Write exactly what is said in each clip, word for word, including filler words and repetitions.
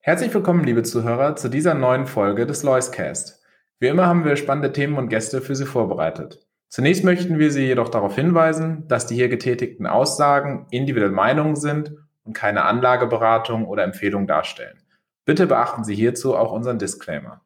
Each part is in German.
Herzlich willkommen, liebe Zuhörer, zu dieser neuen Folge des Loiscast. Wie immer haben wir spannende Themen und Gäste für Sie vorbereitet. Zunächst möchten wir Sie jedoch darauf hinweisen, dass die hier getätigten Aussagen individuelle Meinungen sind und keine Anlageberatung oder Empfehlung darstellen. Bitte beachten Sie hierzu auch unseren Disclaimer.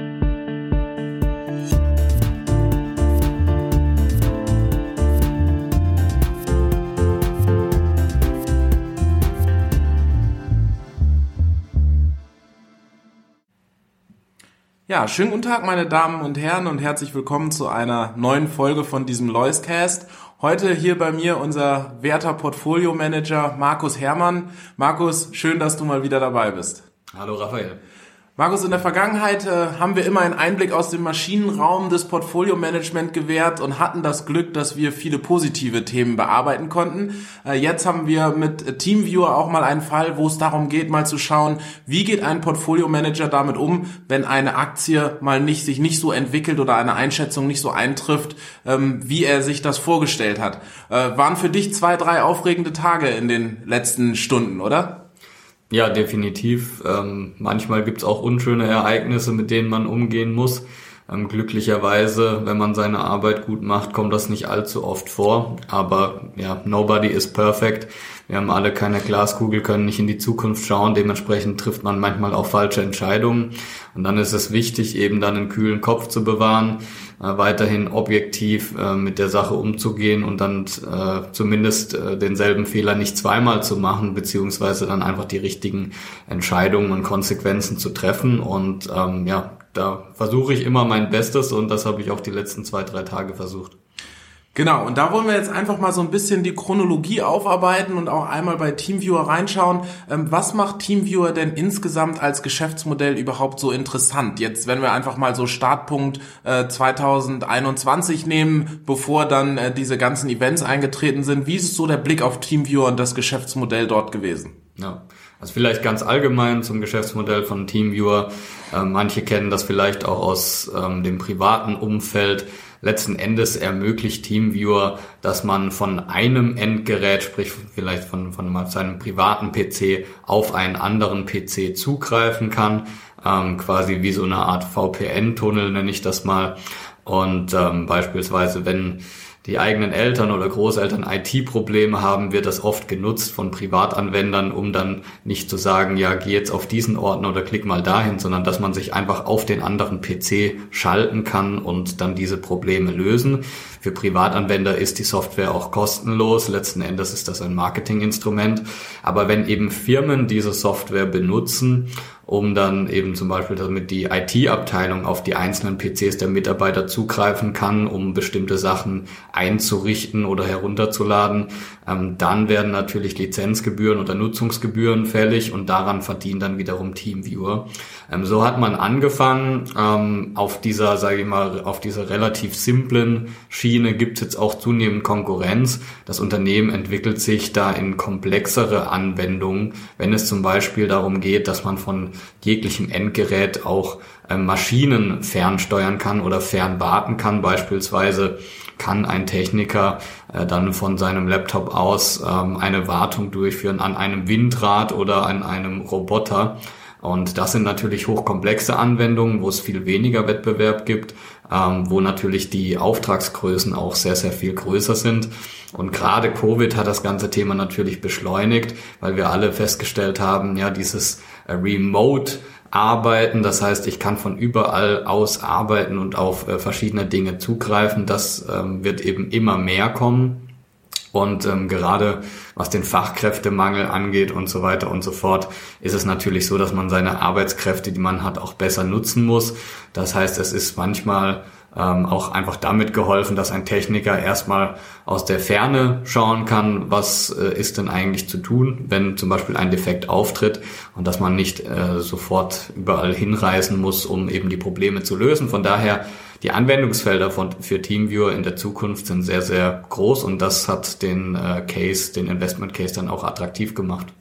Ja, schönen guten Tag, meine Damen und Herren, und herzlich willkommen zu einer neuen Folge von diesem Loiscast. Heute hier bei mir unser werter Portfolio-Manager Markus Herrmann. Markus, schön, dass du mal wieder dabei bist. Hallo Raphael. Markus, in der Vergangenheit äh, haben wir immer einen Einblick aus dem Maschinenraum des Portfolio-Management gewährt und hatten das Glück, dass wir viele positive Themen bearbeiten konnten. Äh, jetzt haben wir mit TeamViewer auch mal einen Fall, wo es darum geht, mal zu schauen, wie geht ein Portfolio-Manager damit um, wenn eine Aktie mal nicht sich nicht so entwickelt oder eine Einschätzung nicht so eintrifft, ähm, wie er sich das vorgestellt hat. Äh, waren für dich zwei, drei aufregende Tage in den letzten Stunden, oder? Ja, definitiv. Ähm, manchmal gibt's auch unschöne Ereignisse, mit denen man umgehen muss. Ähm, glücklicherweise, wenn man seine Arbeit gut macht, kommt das nicht allzu oft vor. Aber ja, nobody is perfect. Wir haben alle keine Glaskugel, können nicht in die Zukunft schauen. Dementsprechend trifft man manchmal auch falsche Entscheidungen. Und dann ist es wichtig, eben dann einen kühlen Kopf zu bewahren, äh, weiterhin objektiv äh, mit der Sache umzugehen und dann äh, zumindest äh, denselben Fehler nicht zweimal zu machen, beziehungsweise dann einfach die richtigen Entscheidungen und Konsequenzen zu treffen. Und ähm, ja, da versuche ich immer mein Bestes und das habe ich auch die letzten zwei, drei Tage versucht. Genau, und da wollen wir jetzt einfach mal so ein bisschen die Chronologie aufarbeiten und auch einmal bei TeamViewer reinschauen. Ähm, was macht TeamViewer denn insgesamt als Geschäftsmodell überhaupt so interessant? Jetzt, wenn wir einfach mal so Startpunkt äh, zwanzig einundzwanzig nehmen, bevor dann äh, diese ganzen Events eingetreten sind, wie ist so der Blick auf TeamViewer und das Geschäftsmodell dort gewesen? Ja, also vielleicht ganz allgemein zum Geschäftsmodell von TeamViewer. Äh, manche kennen das vielleicht auch aus ähm, dem privaten Umfeld. Letzten Endes ermöglicht TeamViewer, dass man von einem Endgerät, sprich vielleicht von, von seinem privaten P C auf einen anderen P C zugreifen kann. Ähm, quasi wie so eine Art V P N-Tunnel nenne ich das mal. Und ähm, beispielsweise, wenn die eigenen Eltern oder Großeltern I T-Probleme haben, wird das oft genutzt von Privatanwendern, um dann nicht zu sagen, ja, geh jetzt auf diesen Ordner oder klick mal dahin, sondern dass man sich einfach auf den anderen P C schalten kann und dann diese Probleme lösen. Für Privatanwender ist die Software auch kostenlos. Letzten Endes ist das ein Marketinginstrument. Aber wenn eben Firmen diese Software benutzen, um dann eben zum Beispiel, damit die I T-Abteilung auf die einzelnen P Cs der Mitarbeiter zugreifen kann, um bestimmte Sachen einzurichten oder herunterzuladen, ähm, dann werden natürlich Lizenzgebühren oder Nutzungsgebühren fällig und daran verdient dann wiederum TeamViewer. Ähm, so hat man angefangen. Ähm, auf dieser, sage ich mal, auf dieser relativ simplen Schiene gibt es jetzt auch zunehmend Konkurrenz. Das Unternehmen entwickelt sich da in komplexere Anwendungen, wenn es zum Beispiel darum geht, dass man von jeglichem Endgerät auch äh, Maschinen fernsteuern kann oder fernwarten kann. Beispielsweise kann ein Techniker äh, dann von seinem Laptop aus ähm, eine Wartung durchführen an einem Windrad oder an einem Roboter. Und das sind natürlich hochkomplexe Anwendungen, wo es viel weniger Wettbewerb gibt, ähm, wo natürlich die Auftragsgrößen auch sehr, sehr viel größer sind. Und gerade Covid hat das ganze Thema natürlich beschleunigt, weil wir alle festgestellt haben, ja, dieses äh, Remote Arbeiten, das heißt, ich kann von überall aus arbeiten und auf äh, verschiedene Dinge zugreifen. Das ähm, wird eben immer mehr kommen. Und ähm, gerade was den Fachkräftemangel angeht und so weiter und so fort, ist es natürlich so, dass man seine Arbeitskräfte, die man hat, auch besser nutzen muss. Das heißt, es ist manchmal ähm, auch einfach damit geholfen, dass ein Techniker erstmal aus der Ferne schauen kann, was äh, ist denn eigentlich zu tun, wenn zum Beispiel ein Defekt auftritt, und dass man nicht äh, sofort überall hinreisen muss, um eben die Probleme zu lösen. Von daher, die Anwendungsfelder von, für TeamViewer in der Zukunft sind sehr, sehr groß, und das hat den äh, Case, den Investment Case dann auch attraktiv gemacht.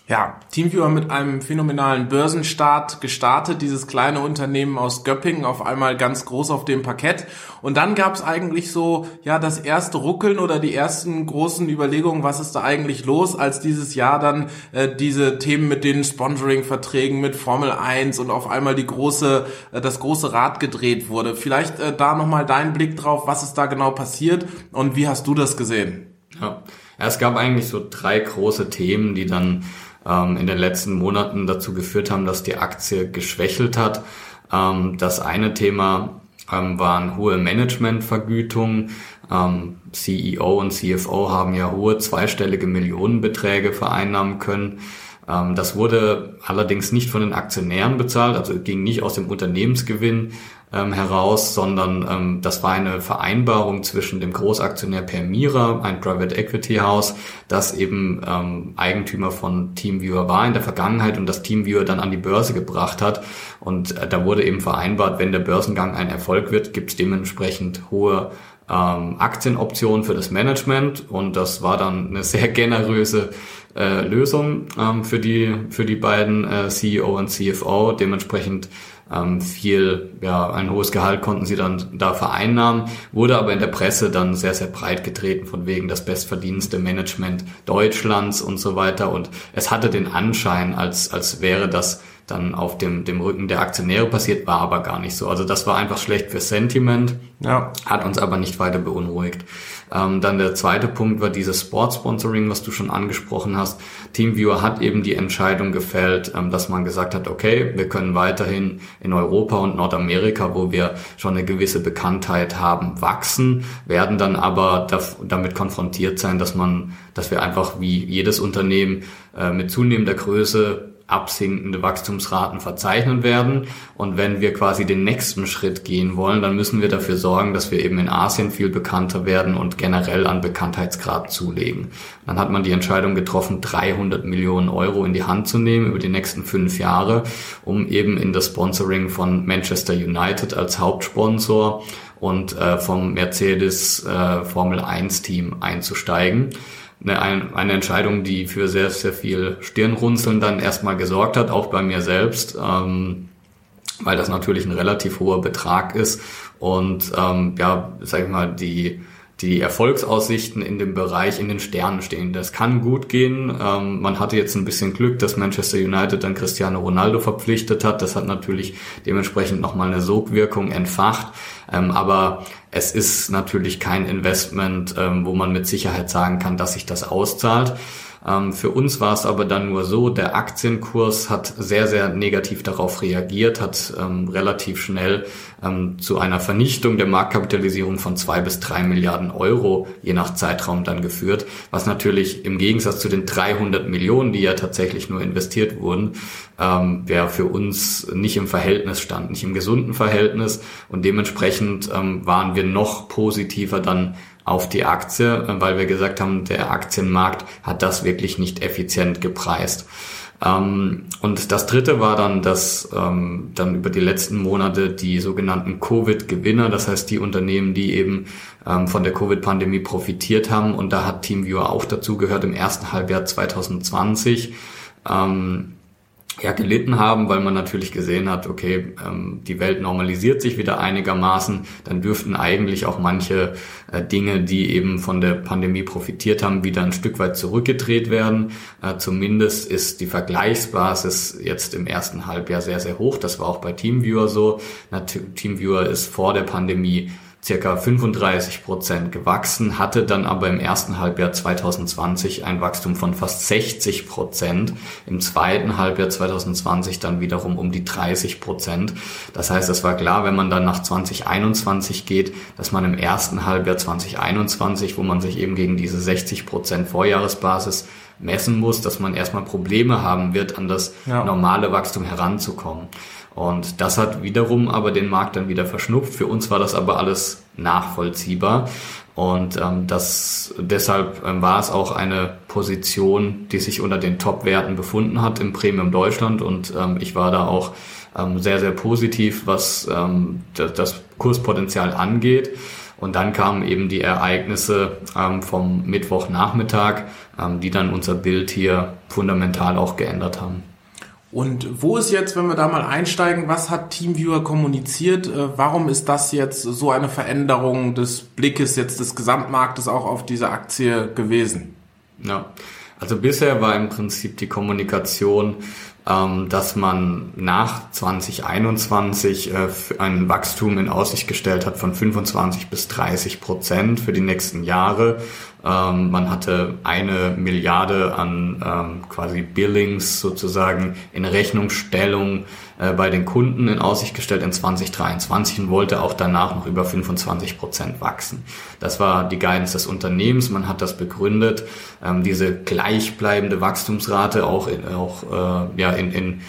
Ja, TeamViewer mit einem phänomenalen Börsenstart gestartet, dieses kleine Unternehmen aus Göppingen auf einmal ganz groß auf dem Parkett. Und dann gab es eigentlich so, ja, das erste Ruckeln oder die ersten großen Überlegungen, was ist da eigentlich los, als dieses Jahr dann äh, diese Themen mit den Sponsoring-Verträgen mit Formel eins und auf einmal die große, äh, das große Rad gedreht wurde. Vielleicht äh, da nochmal dein Blick drauf, was ist da genau passiert und wie hast du das gesehen? Ja, es gab eigentlich so drei große Themen, die dann in den letzten Monaten dazu geführt haben, dass die Aktie geschwächelt hat. Das eine Thema waren hohe Managementvergütungen. C E O und C F O haben ja hohe zweistellige Millionenbeträge vereinnahmen können. Das wurde allerdings nicht von den Aktionären bezahlt, also ging nicht aus dem Unternehmensgewinn ähm, heraus, sondern ähm, das war eine Vereinbarung zwischen dem Großaktionär Permira, ein Private Equity House, das eben ähm, Eigentümer von TeamViewer war in der Vergangenheit und das TeamViewer dann an die Börse gebracht hat. Und äh, da wurde eben vereinbart, wenn der Börsengang ein Erfolg wird, gibt es dementsprechend hohe ähm, Aktienoptionen für das Management und das war dann eine sehr generöse äh, Lösung ähm, für die für die beiden äh, C E O und C F O. Dementsprechend ähm, viel, ja, ein hohes Gehalt konnten sie dann da vereinnahmen, wurde aber in der Presse dann sehr, sehr breit getreten von wegen das bestverdienste Management Deutschlands und so weiter und es hatte den Anschein, als als wäre das dann auf dem dem Rücken der Aktionäre passiert, war aber gar nicht so. Also das war einfach schlecht für Sentiment, ja, hat uns aber nicht weiter beunruhigt. Ähm, dann der zweite Punkt war dieses Sportsponsoring, was du schon angesprochen hast. TeamViewer hat eben die Entscheidung gefällt, ähm, dass man gesagt hat, okay, wir können weiterhin in Europa und Nordamerika, wo wir schon eine gewisse Bekanntheit haben, wachsen, werden dann aber daf- damit konfrontiert sein, dass man, dass wir einfach wie jedes Unternehmen äh, mit zunehmender Größe absinkende Wachstumsraten verzeichnen werden. Und wenn wir quasi den nächsten Schritt gehen wollen, dann müssen wir dafür sorgen, dass wir eben in Asien viel bekannter werden und generell an Bekanntheitsgrad zulegen. Dann hat man die Entscheidung getroffen, dreihundert Millionen Euro in die Hand zu nehmen über die nächsten fünf Jahre, um eben in das Sponsoring von Manchester United als Hauptsponsor und äh, vom Mercedes äh, Formel eins Team einzusteigen. Eine, eine Entscheidung, die für sehr, sehr viel Stirnrunzeln dann erstmal gesorgt hat, auch bei mir selbst, ähm, weil das natürlich ein relativ hoher Betrag ist und ähm, ja, sag ich mal, die die Erfolgsaussichten in dem Bereich in den Sternen stehen. Das kann gut gehen. Ähm, man hatte jetzt ein bisschen Glück, dass Manchester United dann Cristiano Ronaldo verpflichtet hat. Das hat natürlich dementsprechend nochmal eine Sogwirkung entfacht. Ähm, aber es ist natürlich kein Investment, ähm, wo man mit Sicherheit sagen kann, dass sich das auszahlt. Ähm, für uns war es aber dann nur so, der Aktienkurs hat sehr, sehr negativ darauf reagiert, hat ähm, relativ schnell ähm, zu einer Vernichtung der Marktkapitalisierung von zwei bis drei Milliarden Euro je nach Zeitraum dann geführt, was natürlich im Gegensatz zu den dreihundert Millionen, die ja tatsächlich nur investiert wurden, ähm, ja für uns nicht im Verhältnis stand, nicht im gesunden Verhältnis und dementsprechend ähm, waren wir noch positiver dann auf die Aktie, weil wir gesagt haben, der Aktienmarkt hat das wirklich nicht effizient gepreist. Und das dritte war dann, dass dann über die letzten Monate die sogenannten Covid-Gewinner, das heißt die Unternehmen, die eben von der Covid-Pandemie profitiert haben, und da hat TeamViewer auch dazu gehört, im ersten Halbjahr zwanzig zwanzig, ja, gelitten haben, weil man natürlich gesehen hat, okay, ähm, die Welt normalisiert sich wieder einigermaßen, dann dürften eigentlich auch manche äh, Dinge, die eben von der Pandemie profitiert haben, wieder ein Stück weit zurückgedreht werden. Äh, zumindest ist die Vergleichsbasis jetzt im ersten Halbjahr sehr, sehr hoch. Das war auch bei TeamViewer so. Na, TeamViewer ist vor der Pandemie circa fünfunddreißig Prozent gewachsen, hatte dann aber im ersten Halbjahr zwanzig zwanzig ein Wachstum von fast sechzig Prozent, im zweiten Halbjahr zwanzig zwanzig dann wiederum um die dreißig Prozent. Das heißt, es war klar, wenn man dann nach zwanzig einundzwanzig geht, dass man im ersten Halbjahr zwanzig einundzwanzig, wo man sich eben gegen diese sechzig Prozent Vorjahresbasis messen muss, dass man erstmal Probleme haben wird, an das ja. normale Wachstum heranzukommen. Und das hat wiederum aber den Markt dann wieder verschnupft. Für uns war das aber alles nachvollziehbar. Und ähm, das deshalb ähm, war es auch eine Position, die sich unter den Top-Werten befunden hat im Premium Deutschland. Und ähm, ich war da auch ähm, sehr, sehr positiv, was ähm, das, das Kurspotenzial angeht. Und dann kamen eben die Ereignisse ähm, vom Mittwochnachmittag, ähm, die dann unser Bild hier fundamental auch geändert haben. Und wo ist jetzt, wenn wir da mal einsteigen, was hat TeamViewer kommuniziert? Warum ist das jetzt so eine Veränderung des Blickes jetzt des Gesamtmarktes auch auf diese Aktie gewesen? Ja, also bisher war im Prinzip die Kommunikation, ähm, dass man nach zwanzig einundzwanzig äh, ein Wachstum in Aussicht gestellt hat von fünfundzwanzig bis dreißig Prozent für die nächsten Jahre. Ähm, man hatte eine Milliarde an ähm, quasi Billings sozusagen in Rechnungsstellung äh, bei den Kunden in Aussicht gestellt in zwanzig dreiundzwanzig und wollte auch danach noch über fünfundzwanzig Prozent wachsen. Das war die Guidance des Unternehmens. Man hat das begründet, ähm, diese gleichbleibende Wachstumsrate auch in, auch äh, ja in, in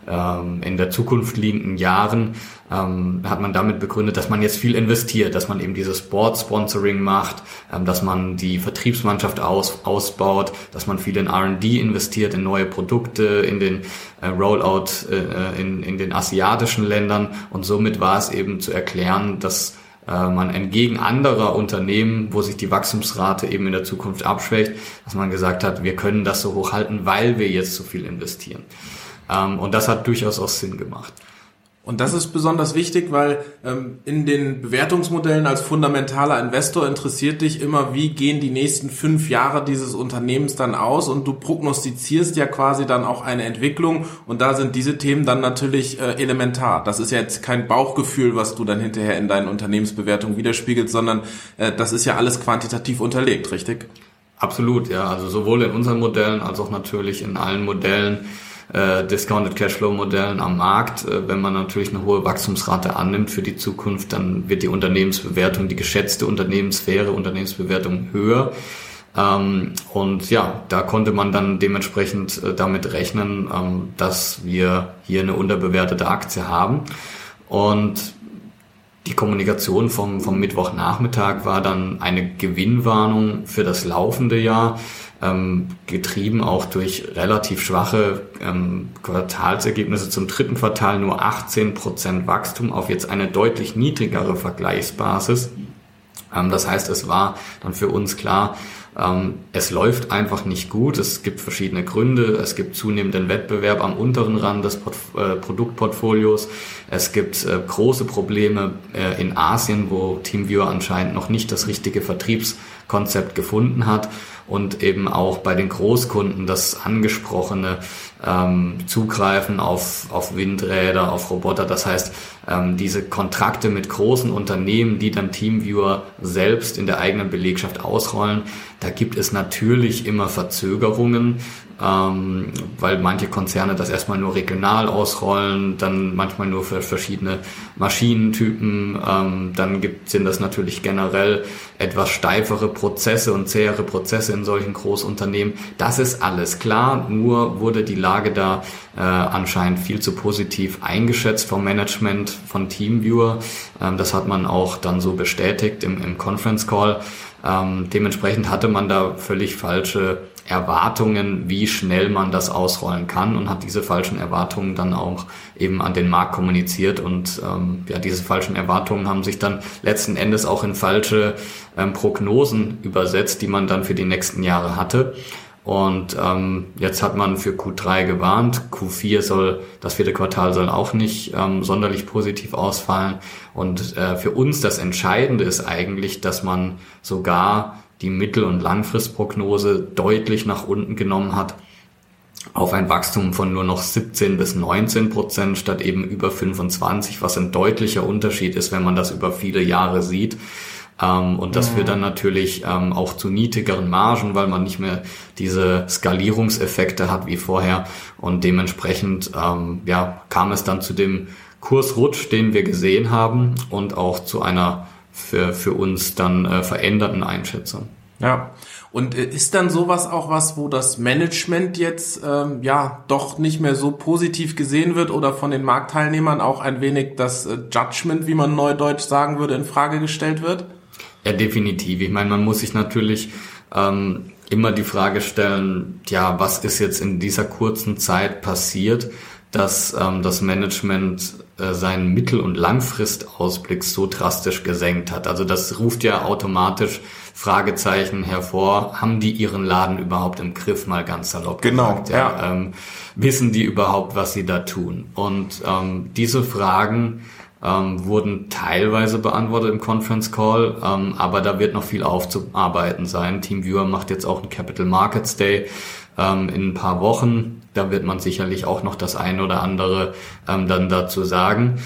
in der Zukunft liegenden Jahren ähm, hat man damit begründet, dass man jetzt viel investiert, dass man eben dieses Board-Sponsoring macht, ähm, dass man die Vertriebsmannschaft aus, ausbaut, dass man viel in R and D investiert, in neue Produkte, in den äh, Rollout äh, in, in den asiatischen Ländern, und somit war es eben zu erklären, dass äh, man entgegen anderer Unternehmen, wo sich die Wachstumsrate eben in der Zukunft abschwächt, dass man gesagt hat, wir können das so hoch halten, weil wir jetzt so viel investieren. Um, und das hat durchaus auch Sinn gemacht. Und das ist besonders wichtig, weil ähm, in den Bewertungsmodellen als fundamentaler Investor interessiert dich immer, wie gehen die nächsten fünf Jahre dieses Unternehmens dann aus, und du prognostizierst ja quasi dann auch eine Entwicklung, und da sind diese Themen dann natürlich äh, elementar. Das ist ja jetzt kein Bauchgefühl, was du dann hinterher in deinen Unternehmensbewertungen widerspiegelst, sondern äh, das ist ja alles quantitativ unterlegt, richtig? Absolut, ja. Also sowohl in unseren Modellen als auch natürlich in allen Modellen, Äh, Discounted Cashflow Modellen am Markt. Äh, wenn man natürlich eine hohe Wachstumsrate annimmt für die Zukunft, dann wird die Unternehmensbewertung, die geschätzte Unternehmenssphäre, Unternehmensbewertung höher. Ähm, und ja, da konnte man dann dementsprechend äh, damit rechnen, ähm, dass wir hier eine unterbewertete Aktie haben. Und die Kommunikation vom, vom Mittwochnachmittag war dann eine Gewinnwarnung für das laufende Jahr, ähm, getrieben auch durch relativ schwache ähm, Quartalsergebnisse zum dritten Quartal, nur achtzehn Prozent Wachstum auf jetzt eine deutlich niedrigere Vergleichsbasis. Ähm, das heißt, es war dann für uns klar, ähm, es läuft einfach nicht gut. Es gibt verschiedene Gründe. Es gibt zunehmenden Wettbewerb am unteren Rand des Port- äh, Produktportfolios. Es gibt äh, große Probleme äh, in Asien, wo TeamViewer anscheinend noch nicht das richtige Vertriebskonzept gefunden hat. Und eben auch bei den Großkunden das angesprochene ähm, Zugreifen auf, auf Windräder, auf Roboter. Das heißt, ähm, diese Kontrakte mit großen Unternehmen, die dann TeamViewer selbst in der eigenen Belegschaft ausrollen, da gibt es natürlich immer Verzögerungen, ähm, weil manche Konzerne das erstmal nur regional ausrollen, dann manchmal nur für verschiedene Maschinentypen. Ähm, dann gibt, sind das natürlich generell etwas steifere Prozesse und zähere Prozesse in solchen Großunternehmen. Das ist alles klar, nur wurde die Lage da äh, anscheinend viel zu positiv eingeschätzt vom Management von TeamViewer. Ähm, das hat man auch dann so bestätigt im, im Conference Call. Ähm, dementsprechend hatte man da völlig falsche Erwartungen, wie schnell man das ausrollen kann, und hat diese falschen Erwartungen dann auch eben an den Markt kommuniziert, und ähm, ja, diese falschen Erwartungen haben sich dann letzten Endes auch in falsche ähm, Prognosen übersetzt, die man dann für die nächsten Jahre hatte. Und ähm, jetzt hat man für Q drei gewarnt, Q vier soll, das vierte Quartal soll auch nicht ähm, sonderlich positiv ausfallen. Und äh, für uns das Entscheidende ist eigentlich, dass man sogar die Mittel- und Langfristprognose deutlich nach unten genommen hat, auf ein Wachstum von nur noch siebzehn bis neunzehn Prozent statt eben über fünfundzwanzig, was ein deutlicher Unterschied ist, wenn man das über viele Jahre sieht. Ähm, und das führt dann natürlich ähm, auch zu niedrigeren Margen, weil man nicht mehr diese Skalierungseffekte hat wie vorher. Und dementsprechend ähm, ja, kam es dann zu dem Kursrutsch, den wir gesehen haben, und auch zu einer für, für uns dann äh, veränderten Einschätzung. Ja, und ist dann sowas auch was, wo das Management jetzt ähm, ja doch nicht mehr so positiv gesehen wird oder von den Marktteilnehmern auch ein wenig das äh, Judgment, wie man neudeutsch sagen würde, in Frage gestellt wird? Ja, definitiv. Ich meine, man muss sich natürlich ähm, immer die Frage stellen, ja, was ist jetzt in dieser kurzen Zeit passiert, dass ähm, das Management äh, seinen Mittel- und Langfristausblick so drastisch gesenkt hat. Also das ruft ja automatisch Fragezeichen hervor. Haben die ihren Laden überhaupt im Griff, mal ganz salopp genau, gesagt? Ja. Ja. Ähm, wissen die überhaupt, was sie da tun? Und ähm, diese Fragen ähm, wurden teilweise beantwortet im Conference Call, ähm, aber da wird noch viel aufzuarbeiten sein. TeamViewer macht jetzt auch einen Capital Markets Day ähm, in ein paar Wochen. Da wird man sicherlich auch noch das ein oder andere ähm, dann dazu sagen.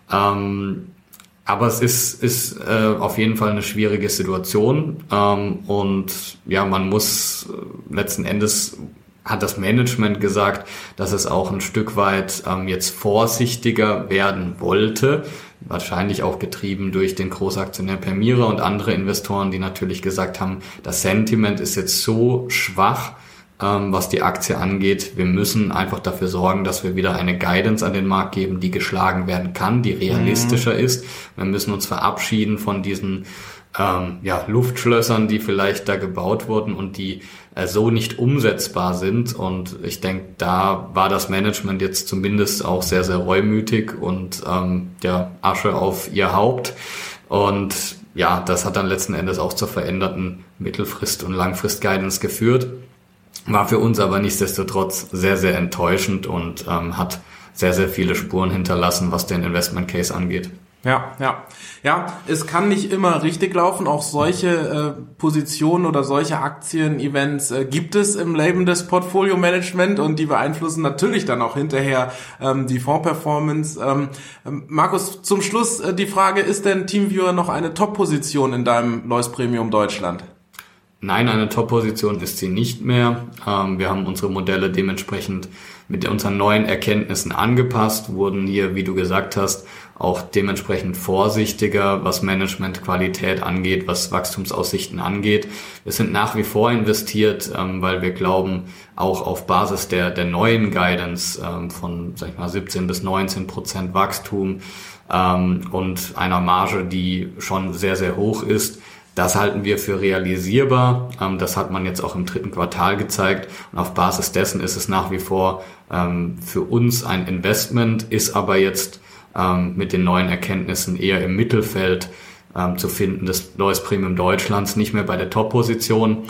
Ähm, aber es ist, ist äh, auf jeden Fall eine schwierige Situation. Ähm, und ja, man muss äh, letzten Endes, hat das Management gesagt, dass es auch ein Stück weit ähm, jetzt vorsichtiger werden wollte. Wahrscheinlich auch getrieben durch den Großaktionär Permira und andere Investoren, die natürlich gesagt haben, das Sentiment ist jetzt so schwach, was die Aktie angeht. Wir müssen einfach dafür sorgen, dass wir wieder eine Guidance an den Markt geben, die geschlagen werden kann, die realistischer mhm. ist. Wir müssen uns verabschieden von diesen ähm, ja, Luftschlössern, die vielleicht da gebaut wurden und die äh, so nicht umsetzbar sind. Und ich denke, da war das Management jetzt zumindest auch sehr, sehr reumütig und ähm, der Asche auf ihr Haupt. Und ja, das hat dann letzten Endes auch zur veränderten Mittelfrist- und Langfrist-Guidance geführt. War für uns aber nichtsdestotrotz sehr, sehr enttäuschend und ähm, hat sehr, sehr viele Spuren hinterlassen, was den Investment Case angeht. Ja, ja. Ja, es kann nicht immer richtig laufen. Auch solche äh, Positionen oder solche Aktien-Events äh, gibt es im Leben des Portfolio-Management und die beeinflussen natürlich dann auch hinterher ähm, die Fonds-Performance. Ähm, ähm, Markus, zum Schluss äh, die Frage, ist denn TeamViewer noch eine Top-Position in deinem Lois Premium Deutschland? Nein, eine Top-Position ist sie nicht mehr. Ähm, wir haben unsere Modelle dementsprechend mit unseren neuen Erkenntnissen angepasst, wurden hier, wie du gesagt hast, auch dementsprechend vorsichtiger, was Managementqualität angeht, was Wachstumsaussichten angeht. Wir sind nach wie vor investiert, ähm, weil wir glauben, auch auf Basis der, der neuen Guidance ähm, von, sag ich mal, siebzehn bis neunzehn Prozent Wachstum ähm, und einer Marge, die schon sehr, sehr hoch ist, das halten wir für realisierbar. Das hat man jetzt auch im dritten Quartal gezeigt. Und auf Basis dessen ist es nach wie vor für uns ein Investment, ist aber jetzt mit den neuen Erkenntnissen eher im Mittelfeld zu finden des Lois Premium Deutschlands, nicht mehr bei der Top-Position.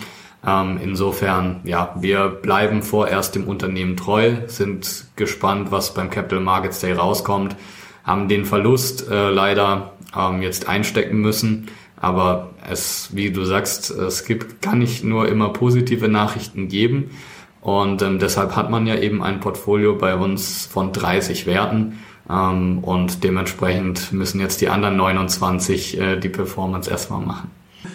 Insofern, ja, wir bleiben vorerst dem Unternehmen treu, sind gespannt, was beim Capital Markets Day rauskommt, haben den Verlust leider jetzt einstecken müssen. Aber es, wie du sagst, es gibt, kann nicht nur immer positive Nachrichten geben. Und ähm, deshalb hat man ja eben ein Portfolio bei uns von dreißig Werten. Ähm, und dementsprechend müssen jetzt die anderen neunundzwanzig äh, die Performance erstmal machen.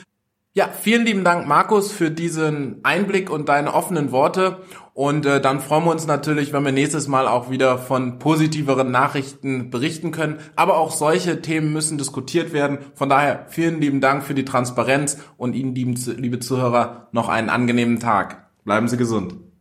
Ja, vielen lieben Dank, Markus, für diesen Einblick und deine offenen Worte. Und äh, dann freuen wir uns natürlich, wenn wir nächstes Mal auch wieder von positiveren Nachrichten berichten können. Aber auch solche Themen müssen diskutiert werden. Von daher vielen lieben Dank für die Transparenz und Ihnen, liebe Zuhörer, noch einen angenehmen Tag. Bleiben Sie gesund.